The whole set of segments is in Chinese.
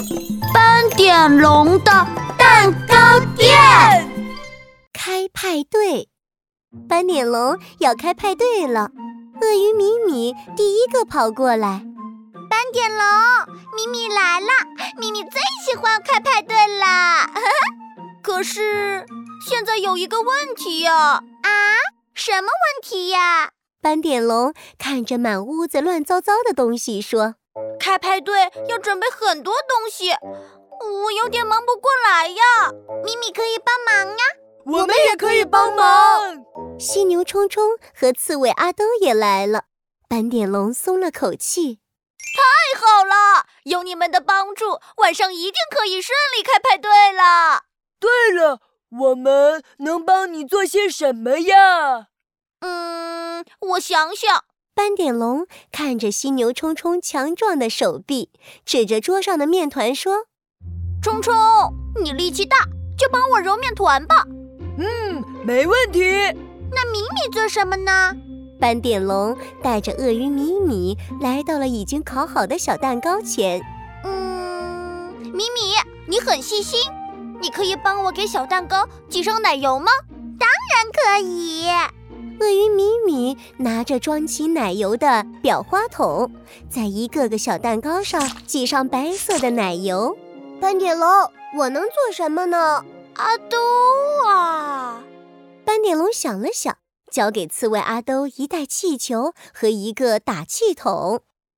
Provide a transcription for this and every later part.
斑点龙的蛋糕店。 开派对，斑点龙要开派对了。鳄鱼米米第一个跑过来。 斑点龙，米米来了，米米最喜欢开派对啦。 可是现在有一个问题呀！ 啊，什么问题呀？ 斑点龙看着满屋子乱糟糟的东西说： 开派对要准备很多东西，我有点忙不过来呀。 米米可以帮忙呀。 我们也可以帮忙。 犀牛冲冲和刺猬阿兜也来了，斑点龙松了口气。 太好了，有你们的帮助，晚上一定可以顺利开派对了。 对了，我们能帮你做些什么呀？ 我想想。 斑点龙看着犀牛冲冲强壮的手臂，指着桌上的面团说： 冲冲，你力气大，就帮我揉面团吧。 没问题。 那米米做什么呢？ 斑点龙带着鳄鱼米米来到了已经烤好的小蛋糕前。 米米，你很细心，你可以帮我给小蛋糕挤上奶油吗？ 当然可以。 鳄鱼米米拿着装起奶油的裱花筒，在一个个小蛋糕上挤上白色的奶油。 斑点龙，我能做什么呢？ 阿兜啊！ 斑点龙想了想，交给刺猬阿兜一袋气球和一个打气筒。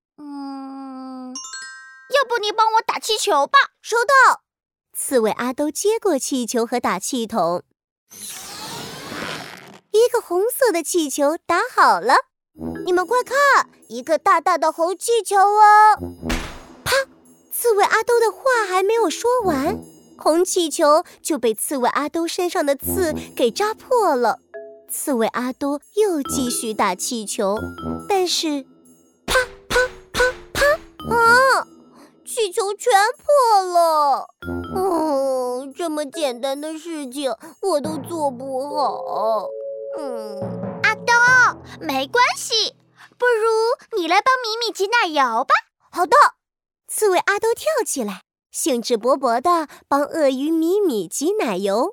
要不你帮我打气球吧？ 收到。 刺猬阿兜接过气球和打气筒，一个红色的气球打好了。 你们快看，一个大大的红气球哦！ 啪！刺猬阿兜的话还没有说完，红气球就被刺猬阿兜身上的刺给扎破了。刺猬阿兜又继续打气球，但是啪啪啪啪！ 啊！气球全破了。这么简单的事情我都做不好。 阿兜，没关系，不如你来帮米米挤奶油吧。 好的。 刺猬阿兜跳起来，兴致勃勃地帮鳄鱼米米挤奶油。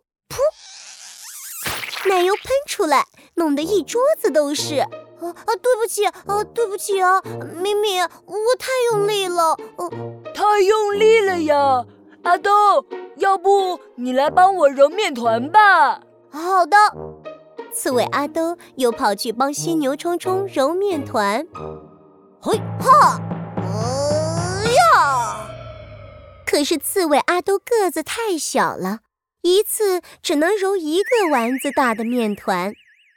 噗！奶油喷出来，弄得一桌子都是。 对不起啊，米米，我太用力了。 太用力了呀！阿兜，要不你来帮我揉面团吧？ 好的。 刺猬阿兜又跑去帮犀牛冲冲揉面团。 嘿哈！呀！ 可是刺猬阿兜个子太小了，一次只能揉一个丸子大的面团。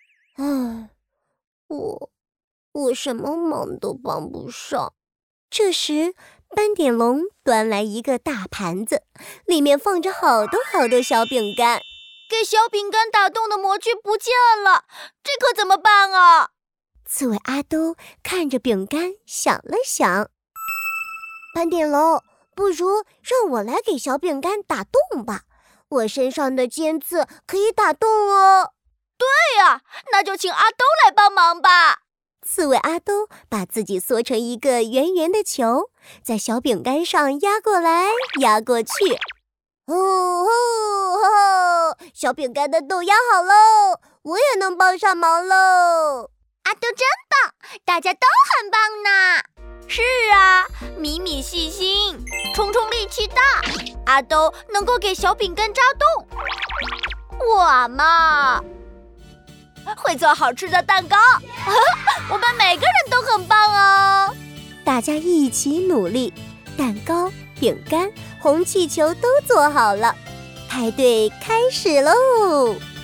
我什么忙都帮不上。 这时，斑点龙端来一个大盘子，里面放着好多好多小饼干。 给小饼干打洞的模具不见了，这可怎么办啊？ 刺猬阿兜看着饼干想了想。 斑点龙，不如让我来给小饼干打洞吧，我身上的尖刺可以打洞哦。 对呀，那就请阿兜来帮忙吧。 刺猬阿兜把自己缩成一个圆圆的球，在小饼干上压过来压过去。 小饼干的洞压好喽，我也能帮上忙喽。 阿兜真棒，大家都很棒呢。是啊，米米细心，冲冲力气大，阿兜能够给小饼干扎洞。我嘛，会做好吃的蛋糕。我们每个人都很棒哦。 大家一起努力，蛋糕、饼干、红气球都做好了，派对开始喽！